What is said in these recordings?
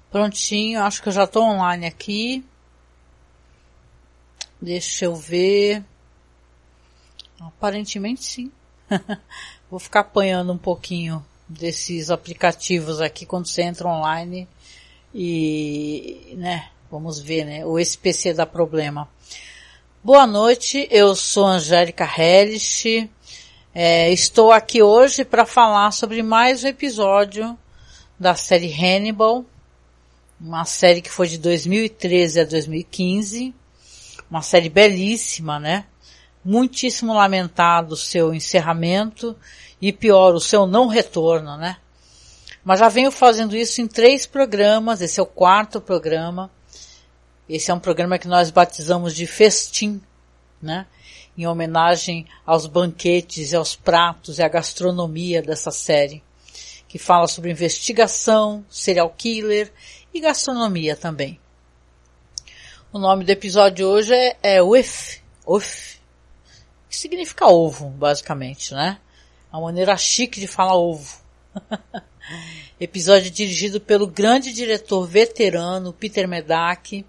Prontinho, acho que eu já estou online aqui. Deixa eu ver. Aparentemente sim. Vou ficar apanhando um pouquinho desses aplicativos aqui quando você entra online e, né, vamos ver, né, o SPC dá problema. Boa noite, eu sou Angélica Hellish. Estou aqui hoje para falar sobre mais um episódio da série Hannibal, uma série que foi de 2013 a 2015, uma série belíssima, né? Muitíssimo lamentado o seu encerramento e pior, o seu não retorno, né? Mas já venho fazendo isso em 3 programas, esse é o 4º programa. Esse é um programa que nós batizamos de Festim, né? Em homenagem aos banquetes e aos pratos e à gastronomia dessa série, que fala sobre investigação, serial killer e gastronomia também. O nome do episódio hoje é Uff, que significa ovo, basicamente, né? A maneira chique de falar ovo. Episódio dirigido pelo grande diretor veterano Peter Medak,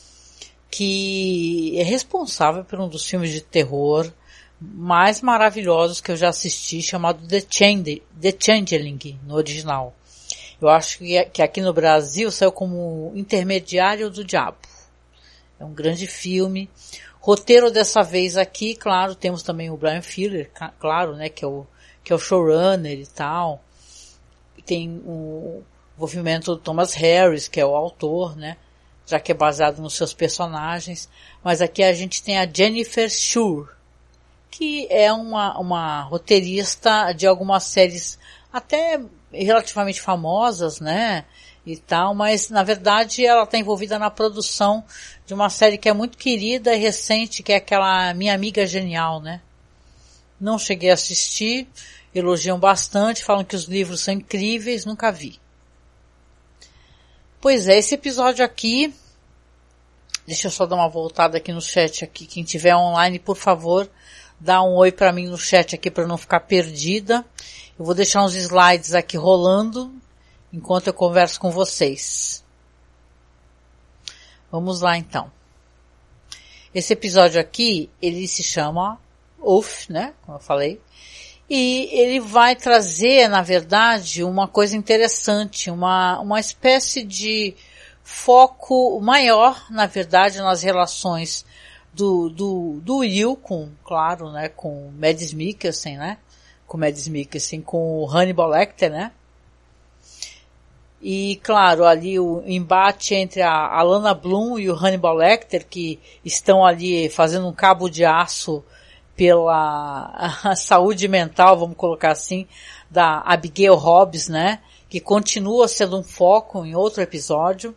que é responsável por um dos filmes de terror mais maravilhosos que eu já assisti, chamado The Changeling, no original. Eu acho que aqui no Brasil saiu como Intermediário do Diabo. É um grande filme. Roteiro dessa vez aqui, claro, temos também o Bryan Fuller, claro, né, que é o showrunner e tal. Tem o envolvimento do Thomas Harris, que é o autor, né, já que é baseado nos seus personagens. Mas aqui a gente tem a Jennifer Schur, que é uma roteirista de algumas séries até relativamente famosas, né, e tal, mas na verdade ela está envolvida na produção de uma série que é muito querida e recente, que é aquela Minha Amiga Genial, né. Não cheguei a assistir, elogiam bastante, falam que os livros são incríveis, nunca vi. Pois é, esse episódio aqui, deixa eu só dar uma voltada aqui no chat aqui, quem tiver online, por favor, dá um oi para mim no chat aqui para não ficar perdida. Eu vou deixar uns slides aqui rolando enquanto eu converso com vocês. Vamos lá então. Esse episódio aqui, ele se chama Uff, né, como eu falei, e ele vai trazer, na verdade, uma coisa interessante, uma espécie de foco maior, na verdade, nas relações do Will com, claro, né, com Mads Mikkelsen, né, com o Hannibal Lecter, né, e, claro, ali o embate entre a Alana Bloom e o Hannibal Lecter, que estão ali fazendo um cabo de aço pela saúde mental, vamos colocar assim, da Abigail Hobbs, né, que continua sendo um foco em outro episódio.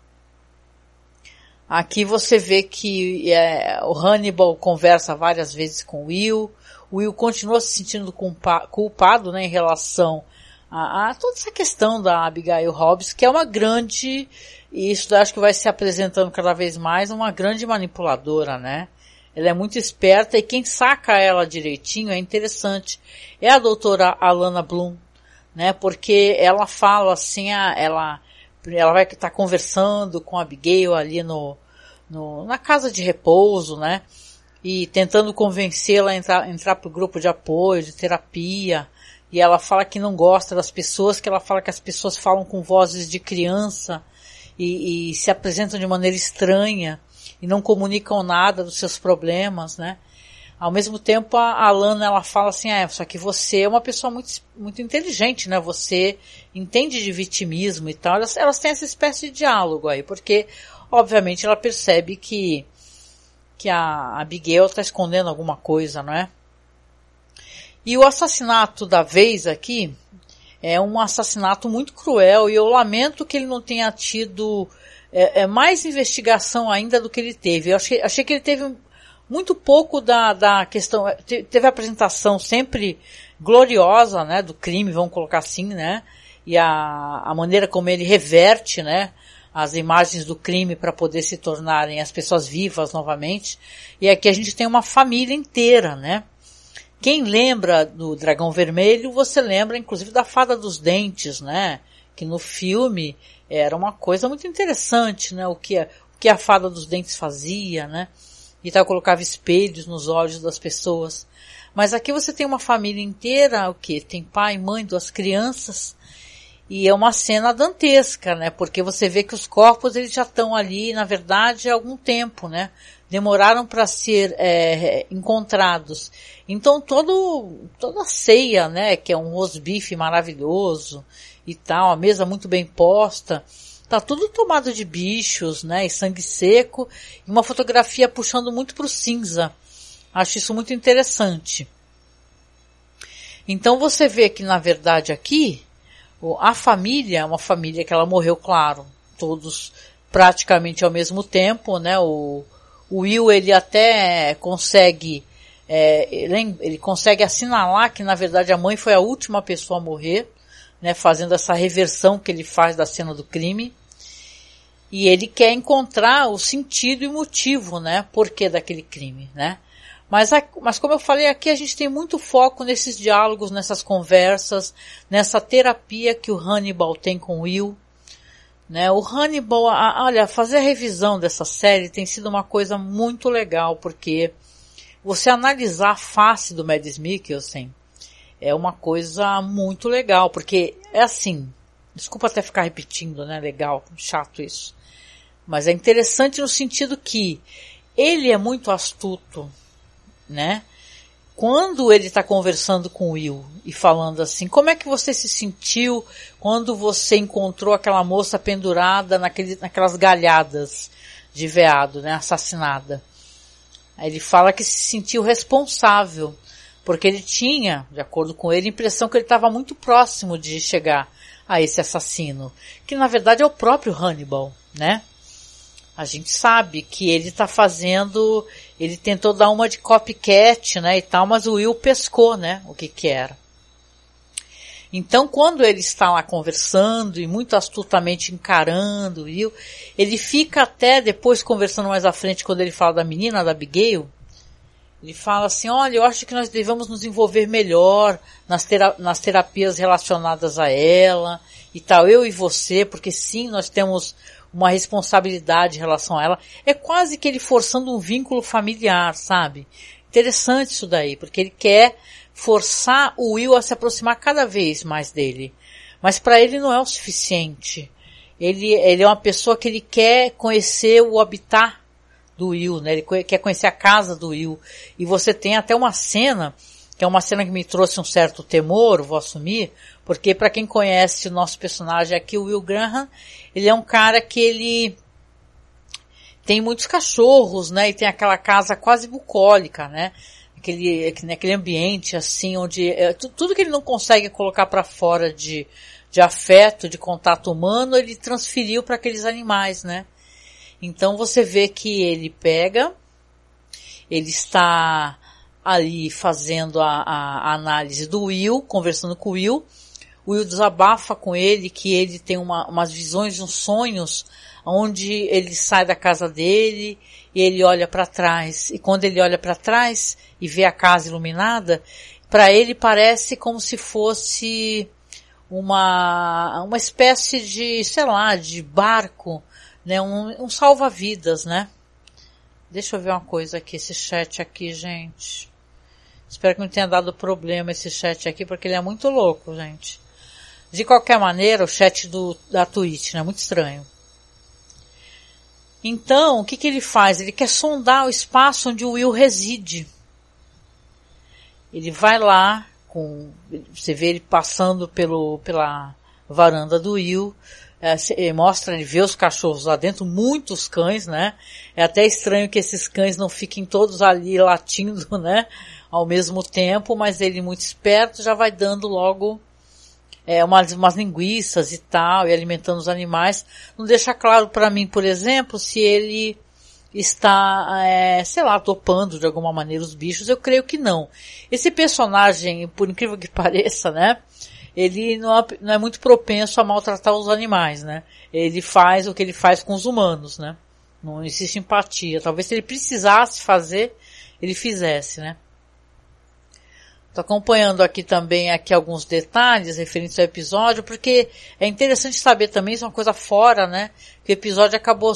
Aqui você vê que o Hannibal conversa várias vezes com o Will continua se sentindo culpado, né, em relação a toda essa questão da Abigail Hobbs, que é uma grande, e isso acho que vai se apresentando cada vez mais, uma grande manipuladora, né? Ela é muito esperta e quem saca ela direitinho é interessante. É a doutora Alana Bloom, né? Porque ela fala assim, ela vai estar conversando com a Abigail ali na casa de repouso, né? E tentando convencê-la a entrar pro grupo de apoio, de terapia. E ela fala que não gosta das pessoas, que ela fala que as pessoas falam com vozes de criança e se apresentam de maneira estranha e não comunicam nada dos seus problemas, né? Ao mesmo tempo, a Alana, ela fala assim, só que você é uma pessoa muito, muito inteligente, né? Você entende de vitimismo e tal. Elas têm essa espécie de diálogo aí, porque, obviamente, ela percebe que a Abigail está escondendo alguma coisa, não é? E o assassinato da vez aqui é um assassinato muito cruel e eu lamento que ele não tenha tido mais investigação ainda do que ele teve. Eu achei que ele teve muito pouco da questão, teve a apresentação sempre gloriosa, né, do crime, vamos colocar assim, né, e a maneira como ele reverte, né, as imagens do crime para poder se tornarem as pessoas vivas novamente. E aqui a gente tem uma família inteira, né. Quem lembra do Dragão Vermelho, você lembra inclusive da Fada dos Dentes, né, que no filme era uma coisa muito interessante, né? O que a fada dos dentes fazia, né? E tal, colocava espelhos nos olhos das pessoas. Mas aqui você tem uma família inteira, o quê? Tem pai, mãe, 2 crianças, e é uma cena dantesca, né? Porque você vê que os corpos eles já estão ali, na verdade, há algum tempo, né? Demoraram para ser encontrados. Então toda a ceia, né? Que é um rosbife maravilhoso e tal, a mesa muito bem posta, tá tudo tomado de bichos, né? E sangue seco, e uma fotografia puxando muito pro cinza. Acho isso muito interessante. Então você vê que, na verdade, aqui, a família é uma família que ela morreu, claro, todos praticamente ao mesmo tempo, né? O Will, ele até consegue, ele consegue assinalar que, na verdade, a mãe foi a última pessoa a morrer, né? Fazendo essa reversão que ele faz da cena do crime. E ele quer encontrar o sentido e motivo, né? Porquê daquele crime, né? Mas como eu falei aqui, a gente tem muito foco nesses diálogos, nessas conversas, nessa terapia que o Hannibal tem com o Will, né? O Hannibal, olha, fazer a revisão dessa série tem sido uma coisa muito legal, porque você analisar a face do Mads Mikkelsen é uma coisa muito legal, porque é assim, desculpa até ficar repetindo, né? Legal, chato isso. Mas é interessante no sentido que ele é muito astuto, né? Quando ele está conversando com o Will e falando assim, como é que você se sentiu quando você encontrou aquela moça pendurada naquelas galhadas de veado, né? Assassinada. Aí ele fala que se sentiu responsável, porque ele tinha, de acordo com ele, a impressão que ele estava muito próximo de chegar a esse assassino, que na verdade é o próprio Hannibal, né? A gente sabe que ele tá fazendo, ele tentou dar uma de copycat, né, e tal, mas o Will pescou, né, o que era. Então, quando ele está lá conversando e muito astutamente encarando o Will, ele fica até depois conversando mais à frente, quando ele fala da menina, da Abigail, ele fala assim, olha, eu acho que nós devemos nos envolver melhor nas terapias relacionadas a ela e tal, eu e você, porque sim, nós temos uma responsabilidade em relação a ela. É quase que ele forçando um vínculo familiar, sabe? Interessante isso daí, porque ele quer forçar o Will a se aproximar cada vez mais dele. Mas para ele não é o suficiente. Ele é uma pessoa que ele quer conhecer o habitat do Will, né? Ele quer conhecer a casa do Will. E você tem até uma cena, que é uma cena que me trouxe um certo temor, vou assumir, porque para quem conhece o nosso personagem aqui, o Will Graham, ele é um cara que ele tem muitos cachorros, né? E tem aquela casa quase bucólica, né? Aquele ambiente assim, onde tudo que ele não consegue colocar para fora de afeto, de contato humano, ele transferiu para aqueles animais, né? Então você vê que ele está ali fazendo a análise do Will, conversando com o Will desabafa com ele que ele tem umas visões, uns sonhos, onde ele sai da casa dele e ele olha para trás. E quando ele olha para trás e vê a casa iluminada, para ele parece como se fosse uma espécie de, sei lá, de barco, né, um salva-vidas, né? Deixa eu ver uma coisa aqui, esse chat aqui, gente. Espero que não tenha dado problema esse chat aqui, porque ele é muito louco, gente. De qualquer maneira, o chat da Twitch, né? Muito estranho. Então, o que ele faz? Ele quer sondar o espaço onde o Will reside. Ele vai lá, você vê ele passando pela varanda do Will, ele vê os cachorros lá dentro, muitos cães, né? É até estranho que esses cães não fiquem todos ali latindo, né? Ao mesmo tempo, mas ele muito esperto já vai dando logo umas linguiças e tal, e alimentando os animais. Não deixa claro para mim, por exemplo, se ele está, sei lá, topando de alguma maneira os bichos. Eu creio que não. Esse personagem, por incrível que pareça, né, ele não é muito propenso a maltratar os animais, né. Ele faz o que ele faz com os humanos, né. Não existe empatia. Talvez se ele precisasse fazer, ele fizesse, né. Tô acompanhando aqui também alguns detalhes referentes ao episódio, porque é interessante saber também, isso é uma coisa fora, né? Que o episódio acabou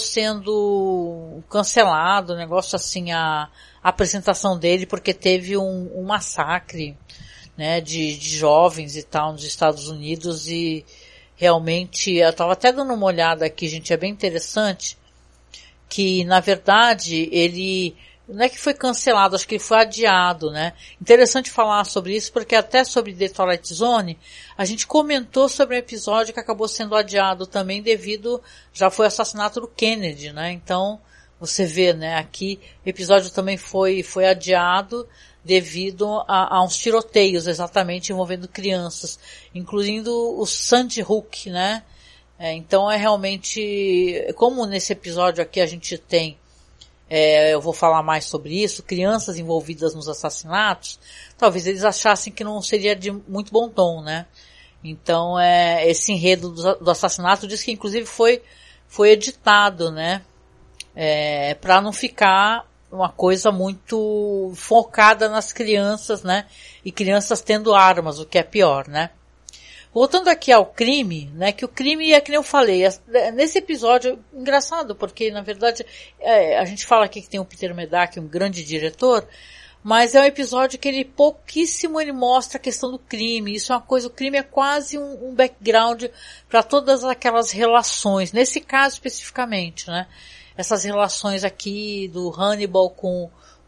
sendo cancelado, um negócio assim, a apresentação dele, porque teve um massacre, né, de jovens e tal nos Estados Unidos, e realmente, eu tava até dando uma olhada aqui, gente, é bem interessante, que na verdade ele não é que foi cancelado, acho que ele foi adiado, né? Interessante falar sobre isso, porque até sobre The Twilight Zone, a gente comentou sobre um episódio que acabou sendo adiado também devido, já foi o assassinato do Kennedy, né? Então, você vê, né, aqui, o episódio também foi adiado devido a uns tiroteios, exatamente, envolvendo crianças, incluindo o Sandy Hook, né? Então é realmente, como nesse episódio aqui a gente tem, eu vou falar mais sobre isso, crianças envolvidas nos assassinatos, talvez eles achassem que não seria de muito bom tom, né? Então, esse enredo do assassinato diz que inclusive foi editado, né? Para não ficar uma coisa muito focada nas crianças, né? E crianças tendo armas, o que é pior, né? Voltando aqui ao crime, né, que o crime é que nem eu falei, nesse episódio, engraçado, porque na verdade, a gente fala aqui que tem o Peter Medak, um grande diretor, mas é um episódio que ele ele mostra a questão do crime, isso é uma coisa, o crime é quase um background para todas aquelas relações, nesse caso especificamente, né, essas relações aqui do Hannibal com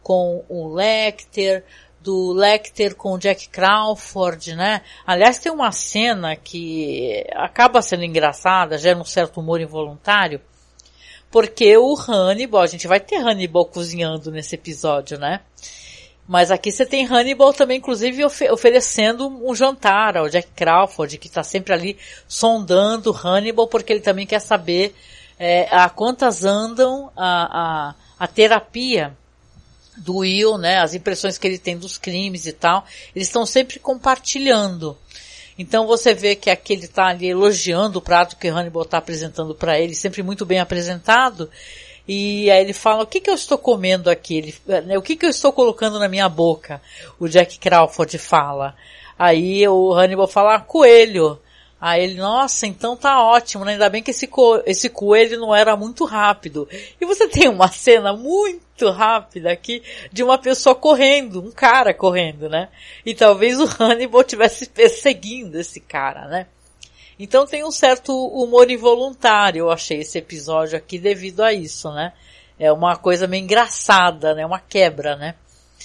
o Lecter, do Lecter com o Jack Crawford, né? Aliás, tem uma cena que acaba sendo engraçada, gera um certo humor involuntário, porque o Hannibal, a gente vai ter Hannibal cozinhando nesse episódio, né? Mas aqui você tem Hannibal também, inclusive, oferecendo um jantar ao Jack Crawford, que está sempre ali sondando Hannibal, porque ele também quer saber a quantas andam a terapia do Will, né, as impressões que ele tem dos crimes e tal, eles estão sempre compartilhando. Então você vê que aqui ele está ali elogiando o prato que Hannibal está apresentando para ele, sempre muito bem apresentado, e aí ele fala, o que eu estou comendo aqui? O que eu estou colocando na minha boca? O Jack Crawford fala. Aí o Hannibal fala, coelho. Aí ele, nossa, então tá ótimo, né? Ainda bem que esse coelho não era muito rápido. E você tem uma cena muito rápida aqui de uma pessoa correndo, um cara correndo, né? E talvez o Hannibal estivesse perseguindo esse cara, né? Então tem um certo humor involuntário, eu achei, esse episódio aqui devido a isso, né? É uma coisa meio engraçada, né? Uma quebra, né?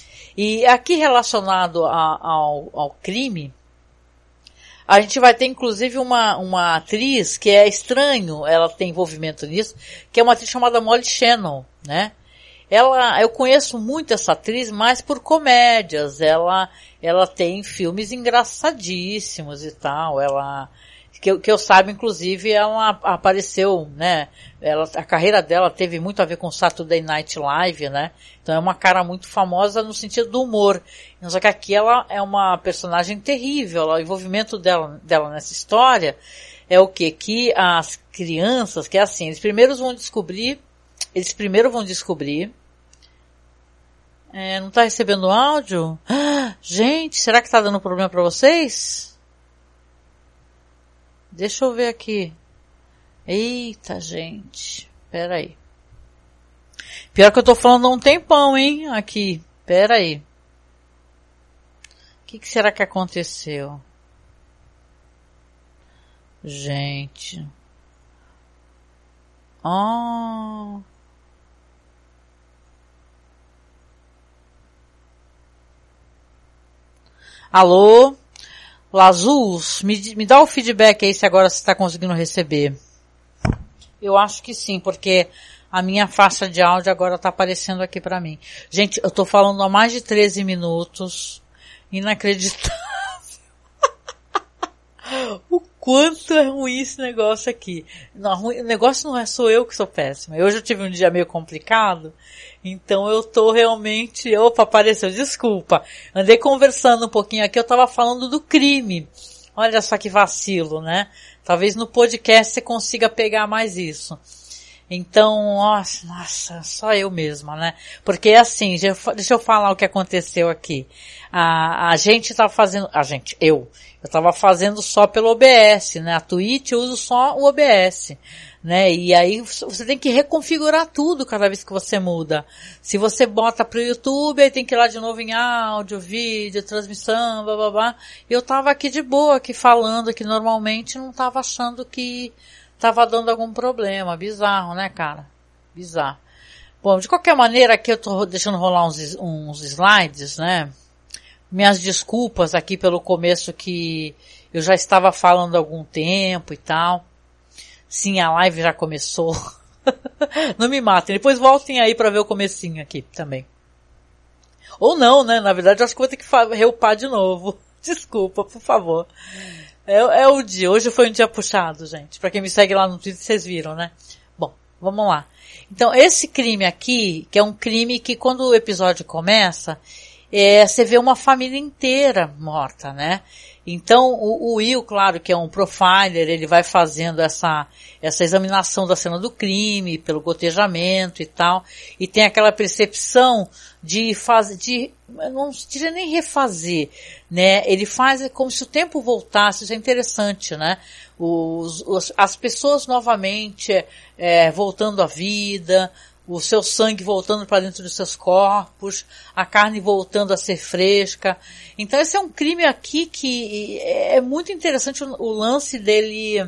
E aqui relacionado ao crime, a gente vai ter inclusive uma atriz que é estranho, ela tem envolvimento nisso, que é uma atriz chamada Molly Shannon, né? Eu conheço muito essa atriz, mas por comédias, ela tem filmes engraçadíssimos e tal, que eu saiba, inclusive, ela apareceu, né, a carreira dela teve muito a ver com Saturday Night Live, né, então é uma cara muito famosa no sentido do humor, só que aqui ela é uma personagem terrível, o envolvimento dela nessa história é o quê? Que as crianças, que é assim, eles primeiro vão descobrir, não tá recebendo áudio? Gente, será que tá dando problema pra vocês? Deixa eu ver aqui. Eita, gente. Pera aí. Pior que eu tô falando há um tempão, hein? Aqui. Pera aí. O que será que aconteceu? Gente. Alô? Lazuz, me dá o feedback aí se agora você está conseguindo receber. Eu acho que sim, porque a minha faixa de áudio agora está aparecendo aqui para mim. Gente, eu estou falando há mais de 13 minutos. Inacreditável. O quanto é ruim esse negócio aqui. Não, o negócio não é só eu que sou péssima. Hoje eu tive um dia meio complicado. Então eu tô realmente... Opa, apareceu, desculpa. Andei conversando um pouquinho aqui, eu tava falando do crime. Olha só que vacilo, né? Talvez no podcast você consiga pegar mais isso. Então, nossa, só eu mesma, né? Porque assim, deixa eu falar o que aconteceu aqui. A gente tava fazendo, eu tava fazendo só pelo OBS, né? A Twitch eu uso só o OBS, né? E aí você tem que reconfigurar tudo cada vez que você muda. Se você bota pro YouTube, aí tem que ir lá de novo em áudio, vídeo, transmissão, blá blá blá. Eu tava aqui de boa, aqui falando, que normalmente não tava achando que tava dando algum problema. Bizarro, né, cara? Bizarro. Bom, de qualquer maneira, aqui eu tô deixando rolar uns slides, né? Minhas desculpas aqui pelo começo que eu já estava falando há algum tempo e tal. Sim, a live já começou. Não me matem. Depois voltem aí para ver o comecinho aqui também. Ou não, né? Na verdade, eu acho que vou ter que reupar de novo. Desculpa, por favor. É o dia. Hoje foi um dia puxado, gente. Para quem me segue lá no Twitter, vocês viram, né? Bom, vamos lá. Então, esse crime aqui, que é um crime que quando o episódio começa, você vê uma família inteira morta, né? Então, o Will, claro, que é um profiler, ele vai fazendo essa examinação da cena do crime, pelo gotejamento e tal, e tem aquela percepção eu não diria nem refazer, né? Ele faz como se o tempo voltasse, isso é interessante, né? As pessoas novamente, voltando à vida, o seu sangue voltando para dentro dos seus corpos, a carne voltando a ser fresca. Então esse é um crime aqui que é muito interessante o lance dele.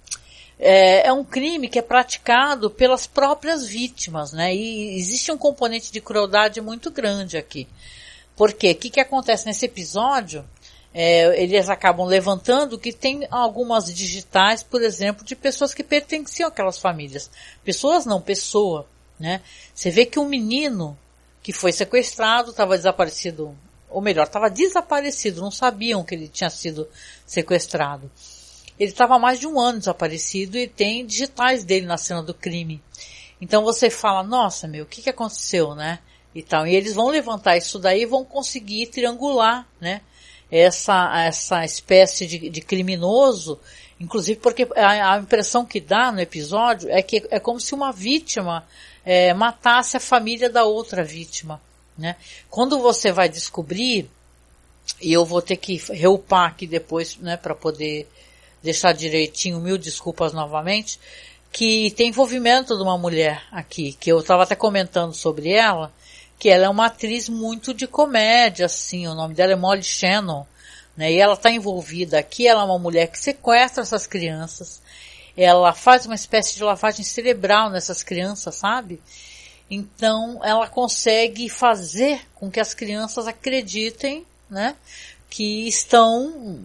É um crime que é praticado pelas próprias vítimas, né? E existe um componente de crueldade muito grande aqui. Por quê? O que acontece nesse episódio? Eles acabam levantando que tem algumas digitais, por exemplo, de pessoas que pertenciam àquelas famílias. Pessoas não, pessoa. Né? Você vê que um menino que foi sequestrado estava desaparecido, ou melhor, estava desaparecido, não sabiam que ele tinha sido sequestrado. Ele estava há mais de um ano desaparecido e tem digitais dele na cena do crime. Então você fala, nossa, o que aconteceu, né? E tal. E eles vão levantar isso daí e vão conseguir triangular, né? Essa espécie de criminoso, inclusive porque a impressão que dá no episódio é que é como se uma vítima matasse a família da outra vítima, né? Quando você vai descobrir, e eu vou ter que reupar aqui depois, né, para poder deixar direitinho, 1000 desculpas novamente, que tem envolvimento de uma mulher aqui, que eu estava até comentando sobre ela, que ela é uma atriz muito de comédia, assim, o nome dela é Molly Shannon, né, e ela está envolvida aqui, ela é uma mulher que sequestra essas crianças, ela faz uma espécie de lavagem cerebral nessas crianças, sabe? Então, ela consegue fazer com que as crianças acreditem, né, que estão,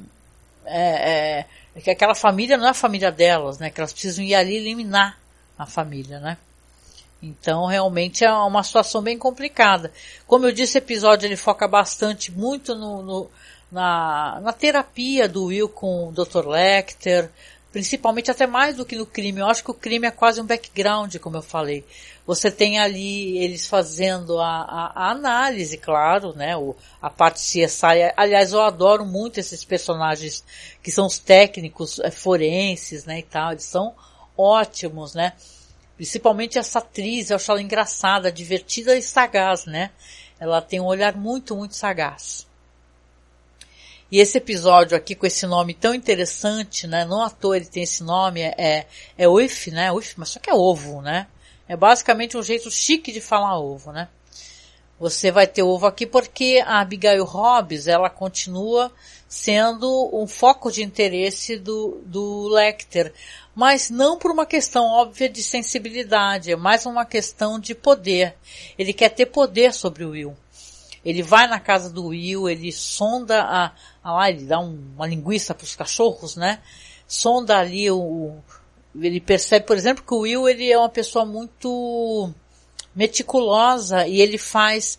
que aquela família não é a família delas, né, que elas precisam ir ali eliminar a família, né. Então, realmente é uma situação bem complicada. Como eu disse, o episódio ele foca bastante, muito na terapia do Will com o Dr. Lecter, principalmente até mais do que no crime. Eu acho que o crime é quase um background, como eu falei. Você tem ali eles fazendo a análise, claro, né, a parte CSI. Aliás, eu adoro muito esses personagens que são os técnicos forenses, né, e tal. Eles são ótimos, né. Principalmente essa atriz, eu acho ela engraçada, divertida e sagaz, né. Ela tem um olhar muito, muito sagaz. E esse episódio aqui com esse nome tão interessante, né, não à toa ele tem esse nome, é UF, né, UF, mas só que é ovo, né, é basicamente um jeito chique de falar ovo, né. Você vai ter ovo aqui porque a Abigail Hobbs, ela continua sendo um foco de interesse do Lecter, mas não por uma questão óbvia de sensibilidade, é mais uma questão de poder. Ele quer ter poder sobre o Will. Ele vai na casa do Will, ele sonda ele dá uma linguiça para os cachorros, né? Sonda ali ele percebe, por exemplo, que o Will, ele é uma pessoa muito meticulosa e ele faz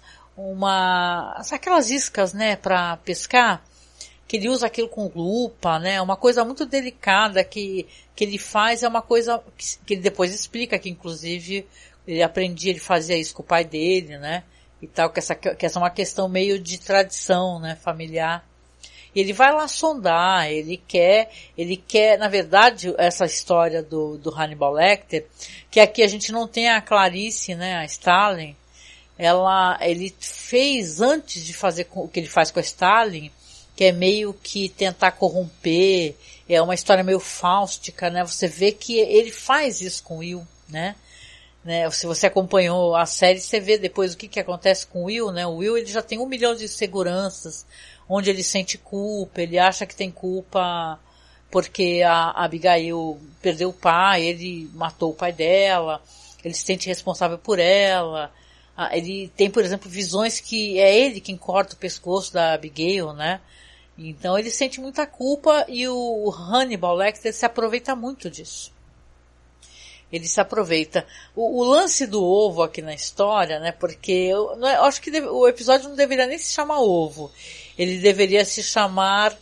aquelas iscas, né, para pescar, que ele usa aquilo com lupa, né? Uma coisa muito delicada que ele faz, é uma coisa que ele depois explica que inclusive ele fazia isso com o pai dele, né? E tal, que essa é uma questão meio de tradição, né, familiar. Ele vai lá sondar, ele quer, na verdade, essa história do Hannibal Lecter, que aqui a gente não tem a Clarice, né, a Stalin, ele fez antes de fazer o que ele faz com a Stalin, que é meio que tentar corromper, é uma história meio fáustica, né, você vê que ele faz isso com o Will, né, se você acompanhou a série, você vê depois o que acontece com o Will, né? O Will, ele já tem 1 milhão de seguranças, onde ele sente culpa, ele acha que tem culpa porque a Abigail perdeu o pai, ele matou o pai dela, ele se sente responsável por ela, ele tem, por exemplo, visões que é ele quem corta o pescoço da Abigail, né? Então ele sente muita culpa e o Hannibal Lecter se aproveita muito disso. Ele se aproveita. O lance do ovo aqui na história, né, porque eu acho que o episódio não deveria nem se chamar ovo. Ele deveria se chamar,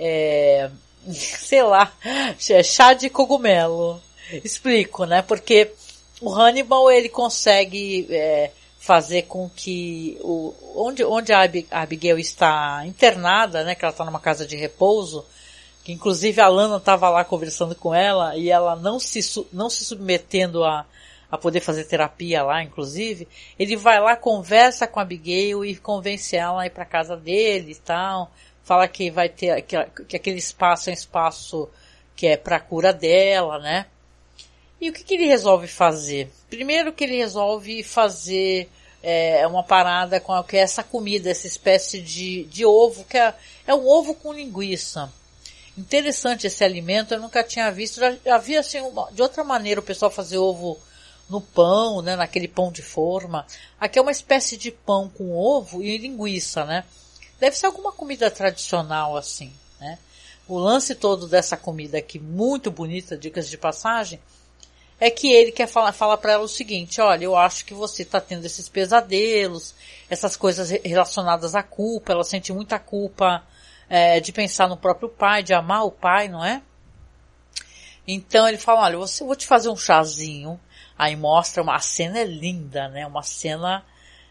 sei lá, chá de cogumelo. Explico, né, porque o Hannibal, ele consegue fazer com que onde a Abigail está internada, né, que ela está numa casa de repouso, que inclusive a Lana estava lá conversando com ela e ela não se submetendo a poder fazer terapia lá, inclusive, ele vai lá, conversa com a Abigail e convence ela a ir para casa dele e tal, fala que vai ter, que aquele espaço é um espaço que é para a cura dela, né? E o que ele resolve fazer? Primeiro que ele resolve fazer uma parada com que é essa comida, essa espécie de ovo, que é um ovo com linguiça. Interessante esse alimento, eu nunca tinha visto, já vi assim, de outra maneira o pessoal fazer ovo no pão, né, naquele pão de forma. Aqui é uma espécie de pão com ovo e linguiça, né? Deve ser alguma comida tradicional assim, né? O lance todo dessa comida aqui, muito bonita, dicas de passagem, é que ele quer falar para ela o seguinte: olha, eu acho que você está tendo esses pesadelos, essas coisas relacionadas à culpa, ela sente muita culpa de pensar no próprio pai, de amar o pai, não é? Então ele fala, olha, eu vou te fazer um chazinho. Aí mostra, a cena é linda, né? Uma cena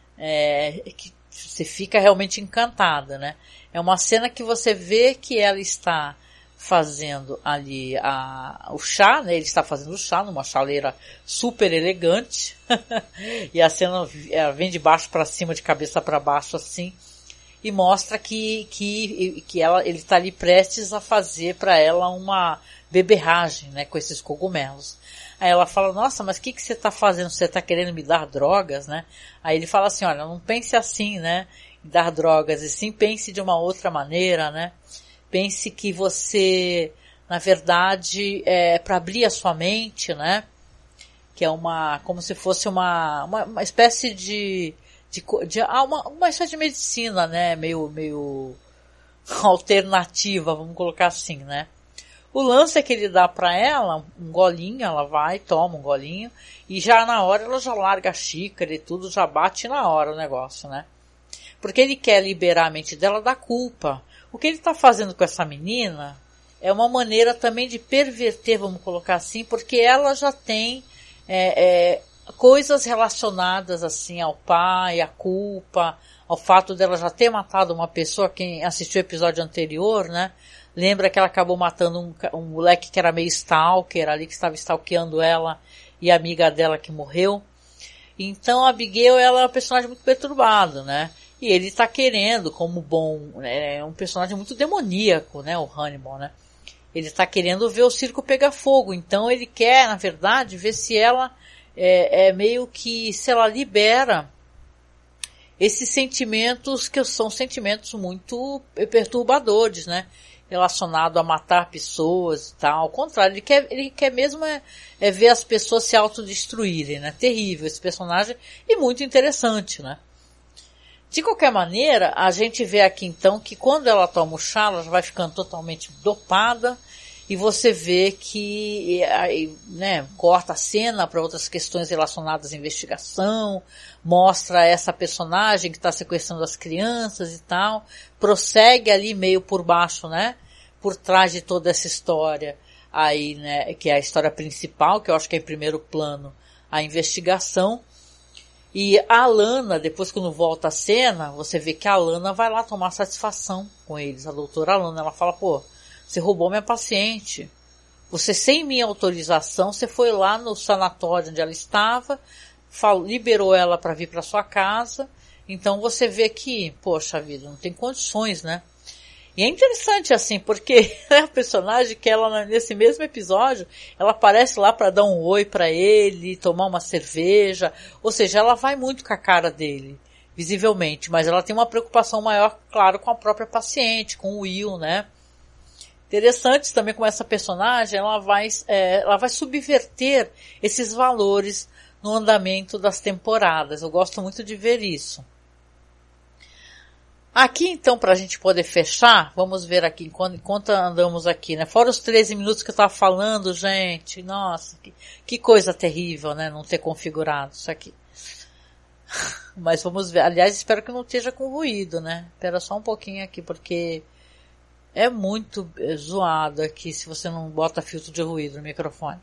que você fica realmente encantada, né? É uma cena que você vê que ela está fazendo ali o chá, né? Ele está fazendo o chá numa chaleira super elegante. E a cena vem de baixo para cima, de cabeça para baixo assim. E mostra que ele está ali prestes a fazer para ela uma beberragem, né, com esses cogumelos. Aí ela fala, nossa, mas o que você está fazendo? Você está querendo me dar drogas, né? Aí ele fala assim, olha, não pense assim, né, em dar drogas, e sim pense de uma outra maneira, né? Pense que você, na verdade, para abrir a sua mente, né, que é como se fosse uma espécie uma espécie de medicina, né, meio alternativa, vamos colocar assim, né. O lance é que ele dá pra ela um golinho, ela vai, toma um golinho, e já na hora ela já larga a xícara e tudo, já bate na hora o negócio, né. Porque ele quer liberar a mente dela da culpa. O que ele tá fazendo com essa menina é uma maneira também de perverter, vamos colocar assim, porque ela já tem coisas relacionadas assim ao pai, à culpa, ao fato dela já ter matado uma pessoa. Quem assistiu o episódio anterior, né, lembra que ela acabou matando um moleque que era meio stalker ali, que estava stalkeando ela, e a amiga dela que morreu. Então a Abigail, ela é um personagem muito perturbado, né, e ele tá querendo, como bom, né, é um personagem muito demoníaco, né, o Hannibal, né, ele tá querendo ver o circo pegar fogo, então ele quer, na verdade, ver se ela meio que, se ela libera esses sentimentos que são sentimentos muito perturbadores, né, relacionado a matar pessoas e tal. Ao contrário, ele quer mesmo ver as pessoas se autodestruírem, né, terrível esse personagem, e muito interessante, né. De qualquer maneira, a gente vê aqui então que quando ela toma o chá, ela já vai ficando totalmente dopada, e você vê que, né, corta a cena para outras questões relacionadas à investigação, mostra essa personagem que está sequestrando as crianças e tal, prossegue ali meio por baixo, né, por trás de toda essa história aí, né, que é a história principal, que eu acho que é em primeiro plano, a investigação. E a Alana, depois quando volta a cena, você vê que a Alana vai lá tomar satisfação com eles. A doutora Alana, ela fala, pô, você roubou minha paciente. Você, sem minha autorização, você foi lá no sanatório onde ela estava, liberou ela para vir para sua casa. Então você vê que, poxa vida, não tem condições, né? E é interessante assim, porque é a personagem que ela, nesse mesmo episódio, ela aparece lá para dar um oi para ele, tomar uma cerveja, ou seja, ela vai muito com a cara dele, visivelmente, mas ela tem uma preocupação maior, claro, com a própria paciente, com o Will, né? Interessante também como essa personagem, ela vai subverter esses valores no andamento das temporadas. Eu gosto muito de ver isso. Aqui então, para a gente poder fechar, vamos ver aqui, enquanto andamos aqui, né? Fora os 13 minutos que eu estava falando, gente, nossa, que coisa terrível, né? Não ter configurado isso aqui. Mas vamos ver, aliás, espero que não esteja com ruído, né? Espera só um pouquinho aqui, porque é muito zoado aqui se você não bota filtro de ruído no microfone.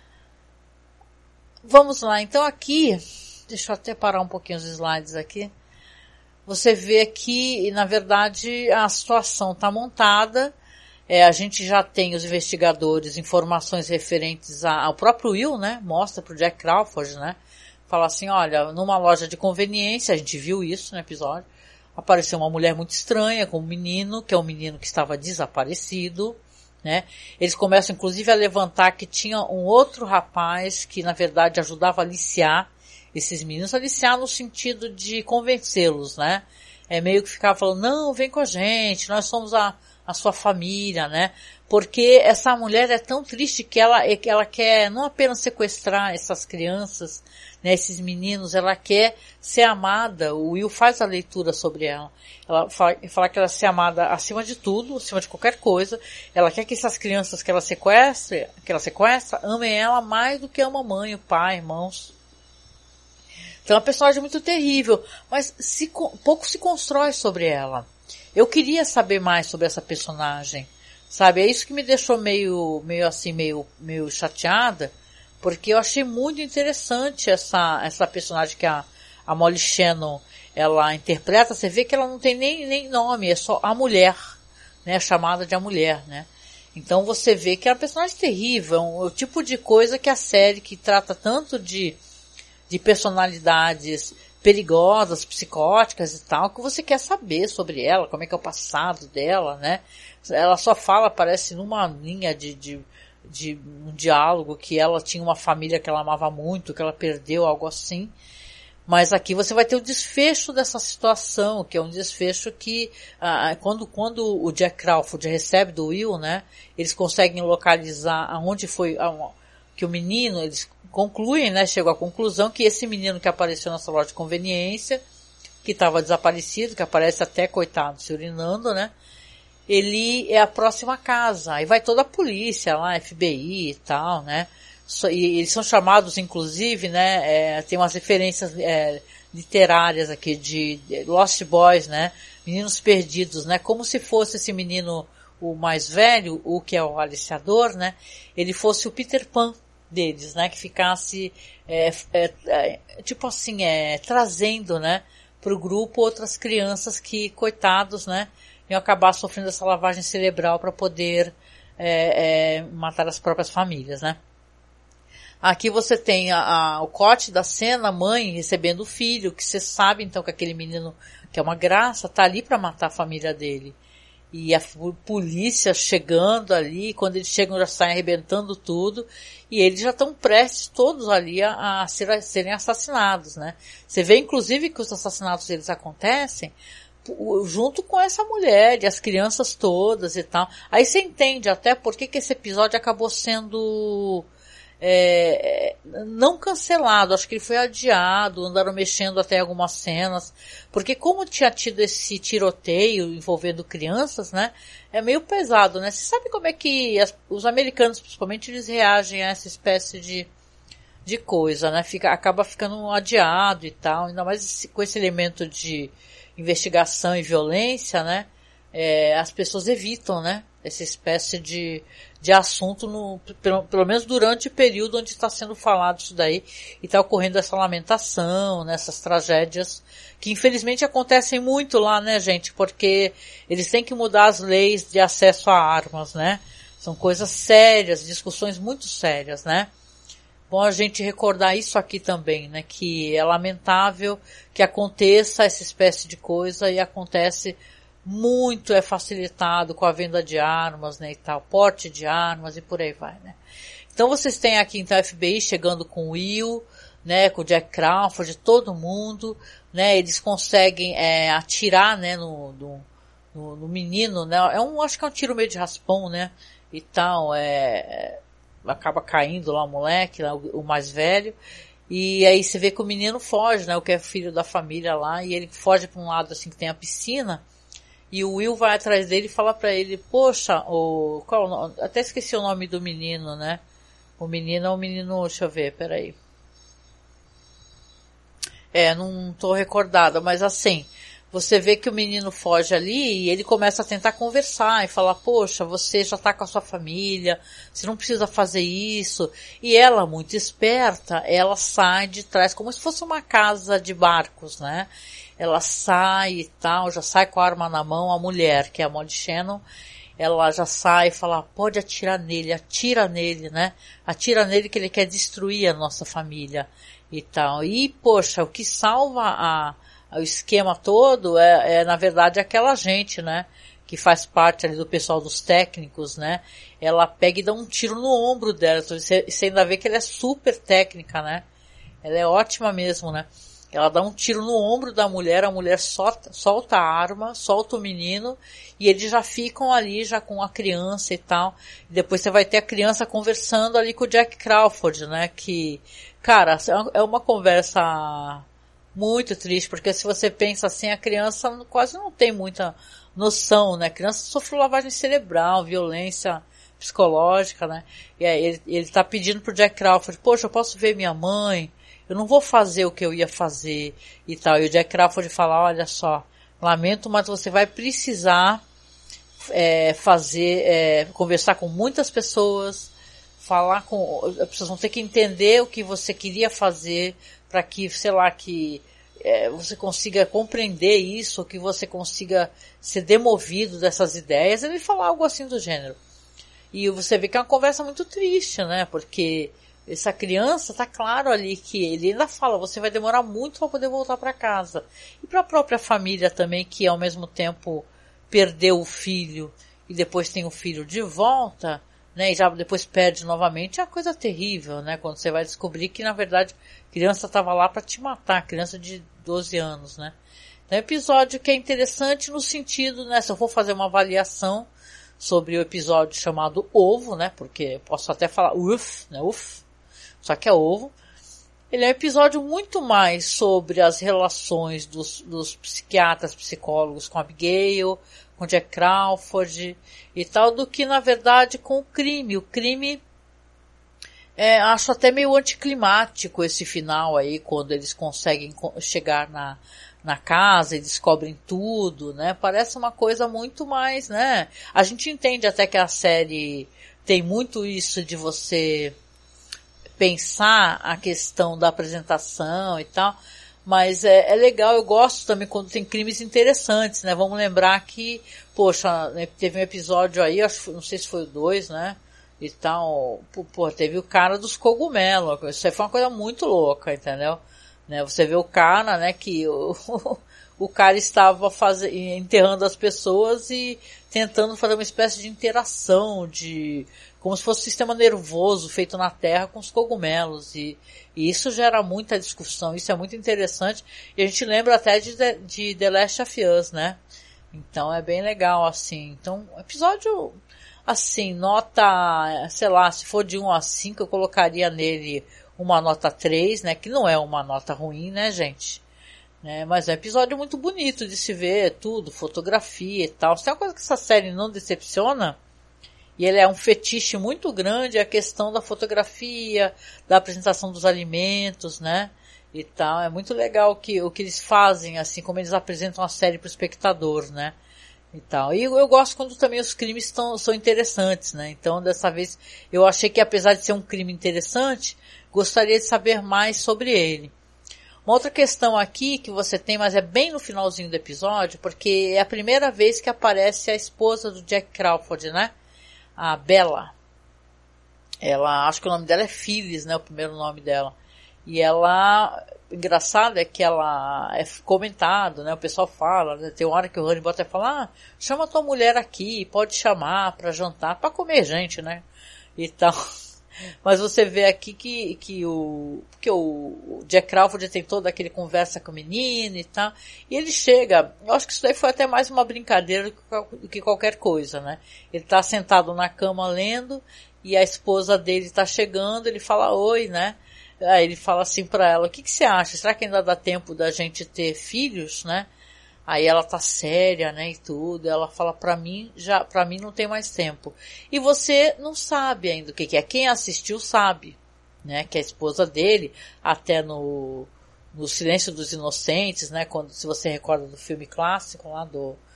Vamos lá, então aqui, deixa eu até parar um pouquinho os slides aqui. Você vê que, na verdade, a situação está montada, a gente já tem os investigadores, informações referentes ao próprio Will, né? Mostra pro Jack Crawford, né? Fala assim, olha, numa loja de conveniência, a gente viu isso no episódio, apareceu uma mulher muito estranha com um menino, que é um menino que estava desaparecido, né? Eles começam, inclusive, a levantar que tinha um outro rapaz que, na verdade, ajudava a aliciar esses meninos, aliciar no sentido de convencê-los, né? Meio que ficava falando, não, vem com a gente, nós somos a sua família, né? Porque essa mulher é tão triste que ela quer não apenas sequestrar essas crianças, né, esses meninos, ela quer ser amada. O Will faz a leitura sobre ela. Ela fala que ela quer ser amada acima de tudo, acima de qualquer coisa. Ela quer que essas crianças que ela sequestra, amem ela mais do que ama a mãe, o pai, irmãos. Então é uma personagem muito terrível, mas pouco se constrói sobre ela. Eu queria saber mais sobre essa personagem, sabe? É isso que me deixou meio chateada, porque eu achei muito interessante essa personagem que a Molly Shannon, ela interpreta. Você vê que ela não tem nem nome, é só a mulher, né? Chamada de a mulher, né? Então você vê que é uma personagem terrível, o tipo de coisa que a série que trata tanto de personalidades perigosas, psicóticas e tal, que você quer saber sobre ela, como é que é o passado dela, né? Ela só fala, parece numa linha de um diálogo, que ela tinha uma família que ela amava muito, que ela perdeu, algo assim. Mas aqui você vai ter o desfecho dessa situação, que é um desfecho que, quando o Jack Crawford recebe do Will, né? Eles conseguem localizar aonde foi, que o menino, eles concluem, né, chegou à conclusão que esse menino que apareceu nessa loja de conveniência, que estava desaparecido, que aparece até, coitado, se urinando, né, ele é a próxima casa. Aí vai toda a polícia lá, FBI e tal, né, e eles são chamados, inclusive, né, tem umas referências literárias aqui de Lost Boys, né, meninos perdidos, né, como se fosse esse menino, o mais velho, o que é o aliciador, né, ele fosse o Peter Pan deles, né, que ficasse tipo assim, trazendo, né, pro grupo outras crianças que, coitados, né, iam acabar sofrendo essa lavagem cerebral para poder matar as próprias famílias, né. Aqui você tem o corte da cena, a mãe recebendo o filho, que você sabe então que aquele menino, que é uma graça, tá ali para matar a família dele. E a polícia chegando ali, quando eles chegam já saem arrebentando tudo, e eles já estão prestes todos ali a serem assassinados, né? Você vê inclusive que os assassinatos deles acontecem junto com essa mulher e as crianças todas e tal. Aí você entende até por que esse episódio acabou sendo não cancelado, acho que ele foi adiado, andaram mexendo até algumas cenas, porque como tinha tido esse tiroteio envolvendo crianças, né, é meio pesado, né, você sabe como é que os americanos, principalmente, eles reagem a essa espécie de coisa, né, acaba ficando adiado e tal, ainda mais com esse elemento de investigação e violência, né, as pessoas evitam, né, essa espécie de de assunto, pelo menos durante o período onde está sendo falado isso daí, e está ocorrendo essa lamentação, né, essas tragédias, que infelizmente acontecem muito lá, né, gente, porque eles têm que mudar as leis de acesso a armas, né, são coisas sérias, discussões muito sérias, né. Bom a gente recordar isso aqui também, né, que é lamentável que aconteça essa espécie de coisa e acontece muito, é facilitado com a venda de armas, né, e tal, porte de armas e por aí vai, né. Então vocês têm aqui então a FBI chegando com o Will, né, com o Jack Crawford, todo mundo, né, eles conseguem atirar, né, no menino, né, acho que é um tiro meio de raspão, né, e tal, acaba caindo lá o moleque, lá, o mais velho, e aí você vê que o menino foge, né, o que é filho da família lá, e ele foge para um lado assim que tem a piscina, e o Will vai atrás dele e fala pra ele, poxa, qual é o nome? Até esqueci o nome do menino, né? O menino é um menino, deixa eu ver, peraí. Não tô recordada, mas assim, você vê que o menino foge ali e ele começa a tentar conversar e falar, poxa, você já tá com a sua família, você não precisa fazer isso. E ela, muito esperta, ela sai de trás, como se fosse uma casa de barcos, né? Ela sai e tal, já sai com a arma na mão, a mulher, que é a Molly Shannon, ela já sai e fala, pode atirar nele, atira nele, né? Atira nele que ele quer destruir a nossa família e tal. E, poxa, o que salva o esquema todo na verdade, aquela gente, né? Que faz parte ali do pessoal dos técnicos, né? Ela pega e dá um tiro no ombro dela. Você ainda vê que ela é super técnica, né? Ela é ótima mesmo, né? Ela dá um tiro no ombro da mulher, a mulher solta a arma, solta o menino, e eles já ficam ali já com a criança e tal. E depois você vai ter a criança conversando ali com o Jack Crawford, né? Que, cara, é uma conversa muito triste, porque se você pensa assim, a criança quase não tem muita noção, né? A criança sofreu lavagem cerebral, violência psicológica, né? E aí ele tá pedindo pro Jack Crawford, poxa, eu posso ver minha mãe? Eu não vou fazer o que eu ia fazer e tal. E o Jack Crawford fala, olha só, lamento, mas você vai precisar conversar com muitas pessoas, as pessoas vão ter que entender o que você queria fazer para que, sei lá, que você consiga compreender isso, que você consiga ser demovido dessas ideias. Ele fala algo assim do gênero. E você vê que é uma conversa muito triste, né? Porque essa criança, tá claro ali que ele ainda fala, você vai demorar muito para poder voltar para casa. E para a própria família também, que ao mesmo tempo perdeu o filho e depois tem o filho de volta, né, e já depois perde novamente, é uma coisa terrível, né, quando você vai descobrir que na verdade a criança estava lá para te matar, criança de 12 anos, né. Então é um episódio que é interessante no sentido, né, se eu for fazer uma avaliação sobre o episódio chamado Ovo, né, porque posso até falar né, só que é Ovo. Ele é um episódio muito mais sobre as relações dos psiquiatras, psicólogos com Abigail, com Jack Crawford e tal, do que na verdade com o crime. O crime, acho até meio anticlimático esse final aí, quando eles conseguem chegar na casa e descobrem tudo, né? Parece uma coisa muito mais, né? A gente entende até que a série tem muito isso de você pensar a questão da apresentação e tal, mas é legal, eu gosto também quando tem crimes interessantes, né? Vamos lembrar que, poxa, né, teve um episódio aí, não sei se foi o 2, né? E tal, teve o cara dos cogumelos, isso aí foi uma coisa muito louca, entendeu? Né? Você vê o cara, né, que o cara estava enterrando as pessoas e tentando fazer uma espécie de interação, como se fosse um sistema nervoso feito na Terra com os cogumelos, e isso gera muita discussão, isso é muito interessante, e a gente lembra até de The Last of Us, né? Então é bem legal, assim. Então, episódio, assim, nota, sei lá, se for de 1 a 5, eu colocaria nele uma nota 3, né? Que não é uma nota ruim, né, gente? Né? Mas é um episódio muito bonito de se ver, tudo, fotografia e tal. Se tem uma coisa que essa série não decepciona, e ele é um fetiche muito grande, é a questão da fotografia, da apresentação dos alimentos, né? E tal. É muito legal o que eles fazem, assim, como eles apresentam a série para o espectador, né? e tal. E eu gosto quando também os crimes são interessantes, né? Então, dessa vez, eu achei que apesar de ser um crime interessante, gostaria de saber mais sobre ele. Uma outra questão aqui que você tem, mas é bem no finalzinho do episódio, porque é a primeira vez que aparece a esposa do Jack Crawford, né? A Bella. Ela, acho que o nome dela é Phyllis, né? O primeiro nome dela. E ela, engraçado é que ela é comentado, né? O pessoal fala, né? Tem uma hora que o Hannibal até fala, chama tua mulher aqui, pode chamar pra jantar, pra comer gente, né? E tal. Mas você vê aqui que o Jack Crawford tem toda aquele conversa com o menino e tal. E ele chega, eu acho que isso daí foi até mais uma brincadeira do que qualquer coisa, né? Ele tá sentado na cama lendo, e a esposa dele tá chegando, ele fala oi, né? Aí ele fala assim pra ela, o que você acha? Será que ainda dá tempo da gente ter filhos, né? Aí ela tá séria, né, e tudo. Ela fala, pra mim não tem mais tempo. E você não sabe ainda o que é. Quem assistiu sabe, né, que a esposa dele, até no Silêncio dos Inocentes, né, quando, se você recorda do filme clássico lá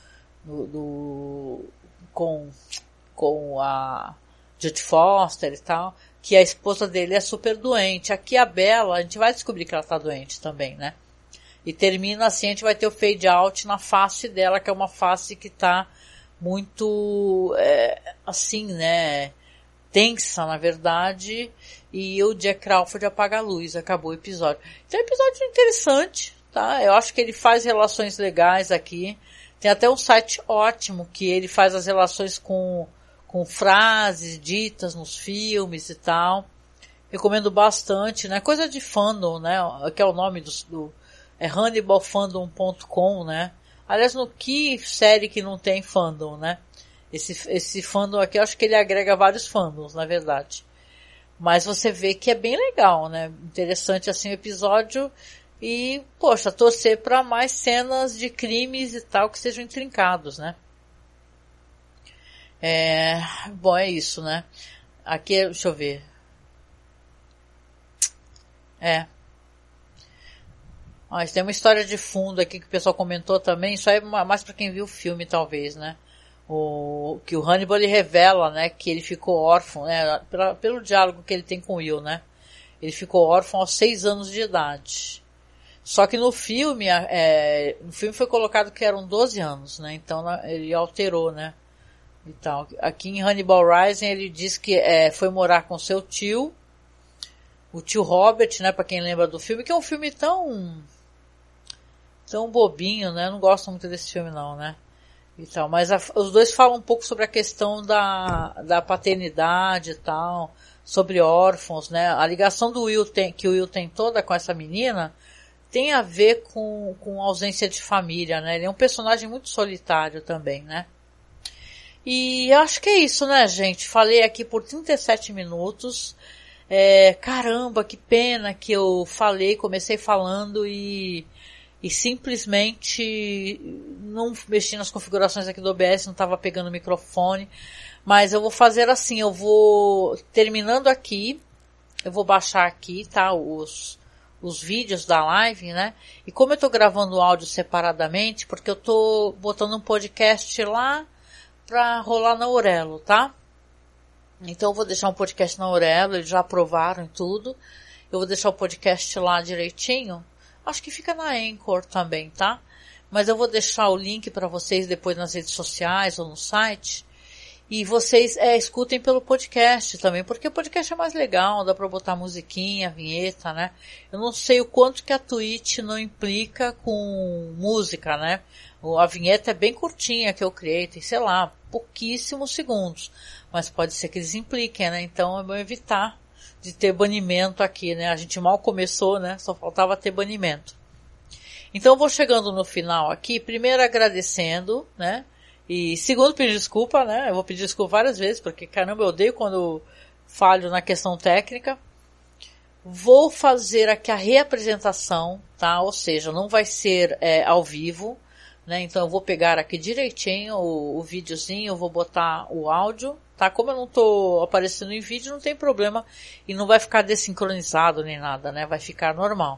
com a Jodie Foster e tal, que a esposa dele é super doente. Aqui a Bella, a gente vai descobrir que ela tá doente também, né? E termina assim, a gente vai ter o fade out na face dela, que é uma face que tá muito, assim, né, tensa, na verdade, e o Jack Crawford apaga a luz, acabou o episódio. Então é um episódio interessante, tá? Eu acho que ele faz relações legais aqui. Tem até um site ótimo que ele faz as relações com frases ditas nos filmes e tal. Recomendo bastante, né? Coisa de fandom, né? Que é o nome é HannibalFandom.com, né? Aliás, no que série que não tem fandom, né? Esse fandom aqui, eu acho que ele agrega vários fandoms, na verdade. Mas você vê que é bem legal, né? Interessante assim o episódio e, poxa, torcer para mais cenas de crimes e tal que sejam intrincados, né? Bom, é isso, né? Aqui, deixa eu ver. Mas tem uma história de fundo aqui que o pessoal comentou também, isso aí é mais para quem viu o filme, talvez, né? Que o Hannibal ele revela, né, que ele ficou órfão, né, pelo diálogo que ele tem com o Will, né? Ele ficou órfão aos 6 anos de idade. Só que no filme foi colocado que eram 12 anos, né? Então ele alterou, né? Então, aqui em Hannibal Rising ele diz que foi morar com seu tio, o tio Robert, né, para quem lembra do filme, que é um filme tão bobinho, né? Eu não gosto muito desse filme não, né? E tal, mas os dois falam um pouco sobre a questão da paternidade e tal, sobre órfãos, né? A ligação que o Will tem toda com essa menina tem a ver com ausência de família, né? Ele é um personagem muito solitário também, né? E acho que é isso, né, gente? Falei aqui por 37 minutos. Caramba, que pena que eu comecei falando e simplesmente não mexi nas configurações aqui do OBS, não estava pegando o microfone, mas eu vou fazer assim, eu vou, terminando aqui, eu vou baixar aqui, tá, os vídeos da live, né, e como eu tô gravando o áudio separadamente, porque eu tô botando um podcast lá pra rolar na Aurelo, tá? Então eu vou deixar um podcast na Aurelo, eles já aprovaram tudo, eu vou deixar o podcast lá direitinho. Acho que fica na Anchor também, tá? Mas eu vou deixar o link para vocês depois nas redes sociais ou no site. E vocês escutem pelo podcast também, porque o podcast é mais legal, dá para botar musiquinha, vinheta, né? Eu não sei o quanto que a Twitch não implica com música, né? A vinheta é bem curtinha que eu criei, tem, sei lá, pouquíssimos segundos. Mas pode ser que eles impliquem, né? Então é bom evitar de ter banimento aqui, né? A gente mal começou, né? Só faltava ter banimento. Então eu vou chegando no final aqui, primeiro agradecendo, né? E segundo pedir desculpa, né? Eu vou pedir desculpa várias vezes, porque caramba, eu odeio quando falho na questão técnica. Vou fazer aqui a reapresentação, tá? Ou seja, não vai ser ao vivo, né? Então eu vou pegar aqui direitinho o videozinho, eu vou botar o áudio, tá? Como eu não tô aparecendo em vídeo, não tem problema e não vai ficar desincronizado nem nada, né? Vai ficar normal.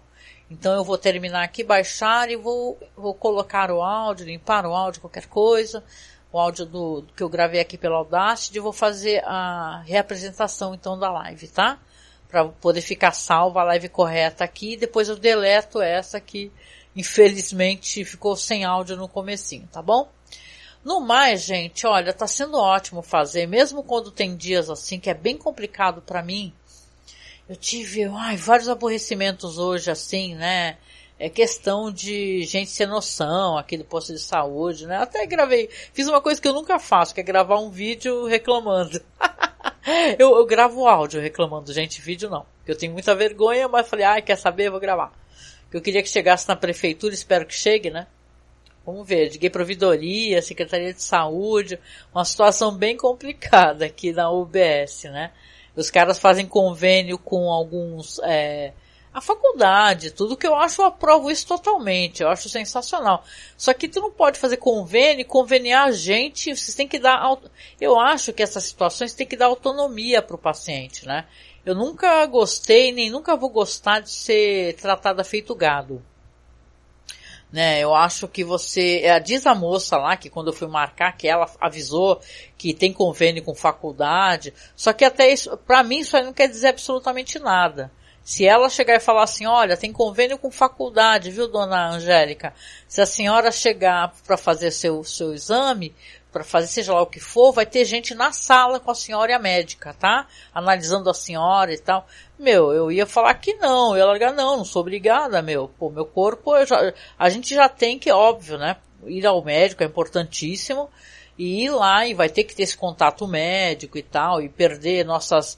Então eu vou terminar aqui, baixar e vou colocar o áudio, limpar o áudio, qualquer coisa, o áudio que eu gravei aqui pela Audacity, e vou fazer a reapresentação então da live, tá? Para poder ficar salva a live correta aqui, e depois eu deleto essa que infelizmente ficou sem áudio no comecinho, tá bom? No mais, gente, olha, tá sendo ótimo fazer, mesmo quando tem dias assim que é bem complicado para mim. Eu tive vários aborrecimentos hoje, assim, né? É questão de gente sem noção aqui do posto de saúde, né? Até fiz uma coisa que eu nunca faço, que é gravar um vídeo reclamando. eu gravo áudio reclamando, gente, vídeo não. Eu tenho muita vergonha, mas falei, quer saber? Eu vou gravar. Eu queria que chegasse na prefeitura, espero que chegue, né? Vamos ver, liguei para a Ouvidoria, Secretaria de Saúde, uma situação bem complicada aqui na UBS, né? Os caras fazem convênio com alguns, a faculdade, tudo que eu aprovo isso totalmente, eu acho sensacional. Só que tu não pode fazer convênio, conveniar a gente, vocês têm que dar, eu acho que essas situações tem que dar autonomia para o paciente, né? Eu nunca gostei, nem nunca vou gostar de ser tratada feito gado. Né, eu acho que diz a moça lá que quando eu fui marcar, que ela avisou que tem convênio com faculdade, só que até isso, pra mim isso aí não quer dizer absolutamente nada. Se ela chegar e falar assim, olha, tem convênio com faculdade, viu, dona Angélica? Se a senhora chegar para fazer seu exame, para fazer seja lá o que for, vai ter gente na sala com a senhora e a médica, tá? Analisando a senhora e tal. Eu ia falar que não, eu ia largar, não sou obrigada, meu corpo, a gente já tem que, óbvio, né, ir ao médico é importantíssimo, e ir lá, e vai ter que ter esse contato médico e tal, e perder nossas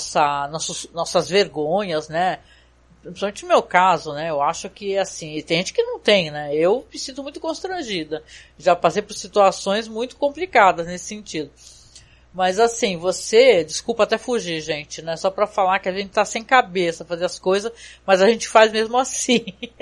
vergonhas, né, principalmente no meu caso, né, eu acho que, assim, tem gente que não tem, né, eu me sinto muito constrangida, já passei por situações muito complicadas nesse sentido. Mas assim, desculpa até fugir, gente, né? Só pra falar que a gente tá sem cabeça fazer as coisas, mas a gente faz mesmo assim.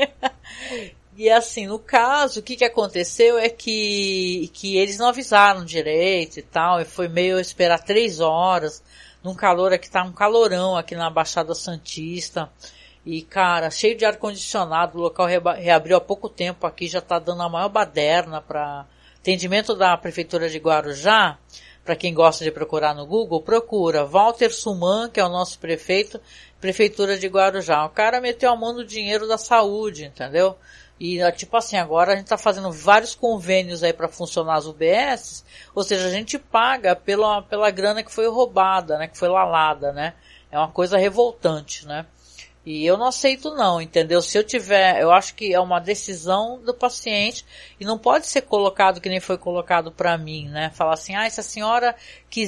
E assim, no caso, o que aconteceu é que eles não avisaram direito e tal, e foi meio esperar 3 horas, num calor aqui, tá um calorão aqui na Baixada Santista. E cara, cheio de ar-condicionado, o local reabriu há pouco tempo aqui, já tá dando a maior baderna pra atendimento da Prefeitura de Guarujá. Para quem gosta de procurar no Google, procura Walter Suman, que é o nosso prefeito, Prefeitura de Guarujá. O cara meteu a mão no dinheiro da saúde, entendeu? E tipo assim, agora a gente tá fazendo vários convênios aí para funcionar as UBS, ou seja, a gente paga pela grana que foi roubada, né, que foi lalada, né? É uma coisa revoltante, né? E eu não aceito não, entendeu? Eu acho que é uma decisão do paciente e não pode ser colocado que nem foi colocado para mim, né? Falar assim, se a senhora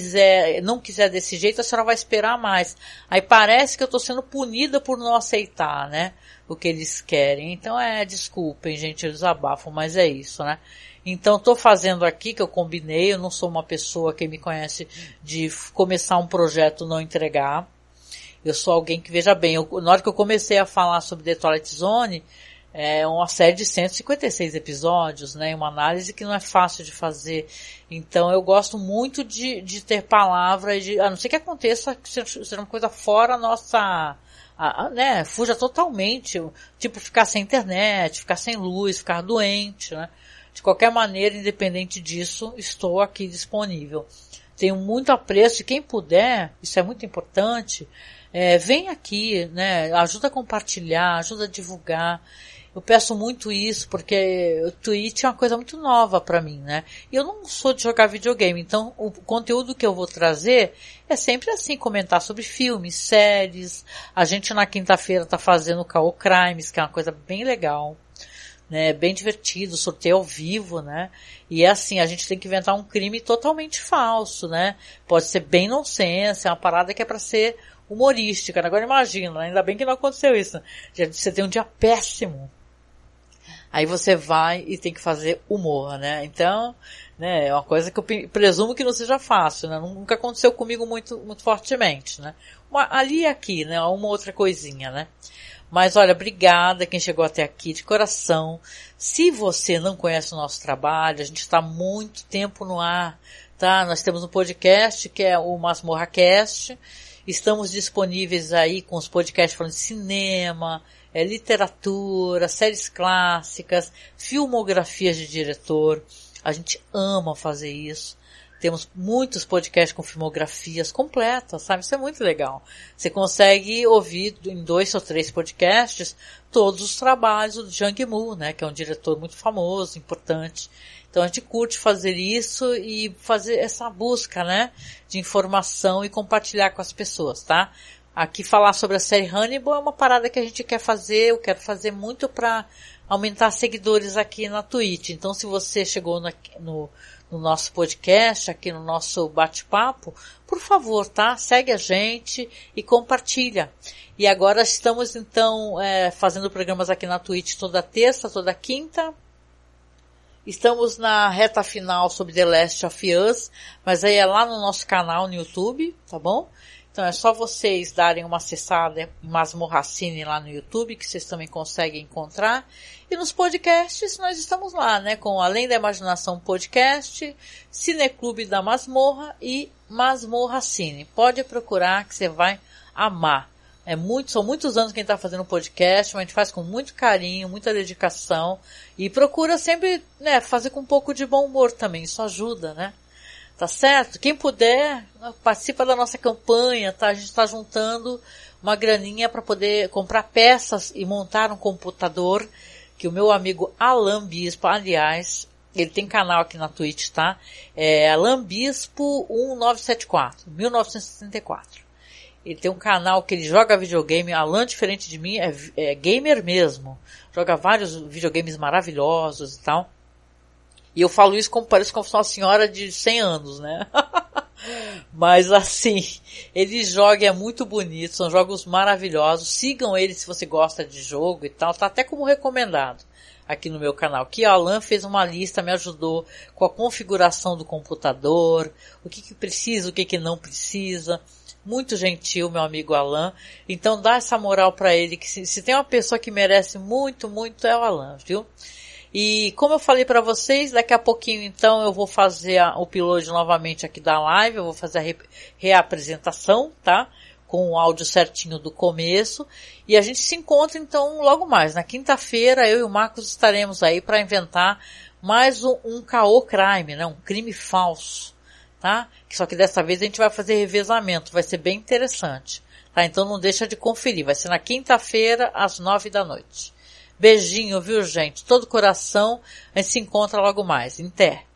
não quiser desse jeito, a senhora vai esperar mais. Aí parece que eu tô sendo punida por não aceitar, né? O que eles querem. Então desculpem, gente, eu desabafo, mas é isso, né? Então tô fazendo aqui que eu combinei, eu não sou uma pessoa que me conhece de começar um projeto não entregar. Eu sou alguém que, veja bem, na hora que eu comecei a falar sobre The Twilight Zone, é uma série de 156 episódios, né, uma análise que não é fácil de fazer. Então eu gosto muito de ter palavra, a não ser que aconteça, que seja uma coisa fora a nossa, né, fuja totalmente, tipo ficar sem internet, ficar sem luz, ficar doente, né. De qualquer maneira, independente disso, estou aqui disponível. Tenho muito apreço e quem puder, isso é muito importante, vem aqui, né, ajuda a compartilhar, ajuda a divulgar. Eu peço muito isso porque o Twitch é uma coisa muito nova para mim, né? E eu não sou de jogar videogame, então o conteúdo que eu vou trazer é sempre assim, comentar sobre filmes, séries. A gente na quinta-feira tá fazendo o Caô Crimes, que é uma coisa bem legal, né? Bem divertido, sorteio ao vivo, né? E é assim, a gente tem que inventar um crime totalmente falso, né? Pode ser bem nonsense, é uma parada que é para ser humorística. Agora imagina, ainda bem que não aconteceu isso. Você tem um dia péssimo. Aí você vai e tem que fazer humor, né? Então, né, é uma coisa que eu presumo que não seja fácil, né? Nunca aconteceu comigo muito, muito fortemente, né? Ali e aqui, né? Uma outra coisinha, né? Mas olha, obrigada quem chegou até aqui, de coração. Se você não conhece o nosso trabalho, a gente está há muito tempo no ar, tá? Nós temos um podcast que é o MasmorraCast, Estamos disponíveis aí com os podcasts falando de cinema, literatura, séries clássicas, filmografias de diretor. A gente ama fazer isso. Temos muitos podcasts com filmografias completas, sabe? Isso é muito legal. Você consegue ouvir em 2 ou 3 podcasts todos os trabalhos do Zhang Yimou, né? Que é um diretor muito famoso, importante. Então a gente curte fazer isso e fazer essa busca, né? De informação e compartilhar com as pessoas, tá? Aqui falar sobre a série Hannibal é uma parada que a gente quer fazer, eu quero fazer muito para aumentar seguidores aqui na Twitch. Então se você chegou no nosso podcast, aqui no nosso bate-papo, por favor, tá? Segue a gente e compartilha. E agora estamos então fazendo programas aqui na Twitch toda terça, toda quinta. Estamos na reta final sobre The Last of Us, mas aí é lá no nosso canal no YouTube, tá bom? Então é só vocês darem uma acessada em Masmorra Cine lá no YouTube, que vocês também conseguem encontrar. E nos podcasts nós estamos lá, né? Com Além da Imaginação Podcast, Cineclube da Masmorra e Masmorra Cine. Pode procurar que você vai amar. São muitos anos que a gente está fazendo podcast, mas a gente faz com muito carinho, muita dedicação. E procura sempre, né, fazer com um pouco de bom humor também. Isso ajuda, né? Tá certo? Quem puder, participa da nossa campanha, tá? A gente está juntando uma graninha para poder comprar peças e montar um computador que o meu amigo Alan Bispo, aliás, ele tem canal aqui na Twitch, tá? É Alan Bispo 1974, 1974. Ele tem um canal que ele joga videogame. Alan, diferente de mim, é gamer mesmo. Joga vários videogames maravilhosos e tal. E eu falo isso como parece que eu sou uma senhora de 100 anos, né? Mas assim, ele joga e é muito bonito, são jogos maravilhosos. Sigam ele se você gosta de jogo e tal, tá até como recomendado aqui no meu canal. Que o Alan fez uma lista, me ajudou com a configuração do computador, o que precisa, o que não precisa. Muito gentil, meu amigo Alan. Então dá essa moral pra ele, que se tem uma pessoa que merece muito, muito é o Alan, viu? E como eu falei para vocês, daqui a pouquinho então eu vou fazer o upload novamente aqui da live, eu vou fazer a reapresentação, tá? Com o áudio certinho do começo. E a gente se encontra então logo mais. Na quinta-feira eu e o Marcos estaremos aí para inventar mais um caô crime, né? Um crime falso, tá? Só que dessa vez a gente vai fazer revezamento, vai ser bem interessante, tá? Então não deixa de conferir, vai ser na quinta-feira às 9 da noite. Beijinho, viu, gente? Todo coração. A gente se encontra logo mais. Até.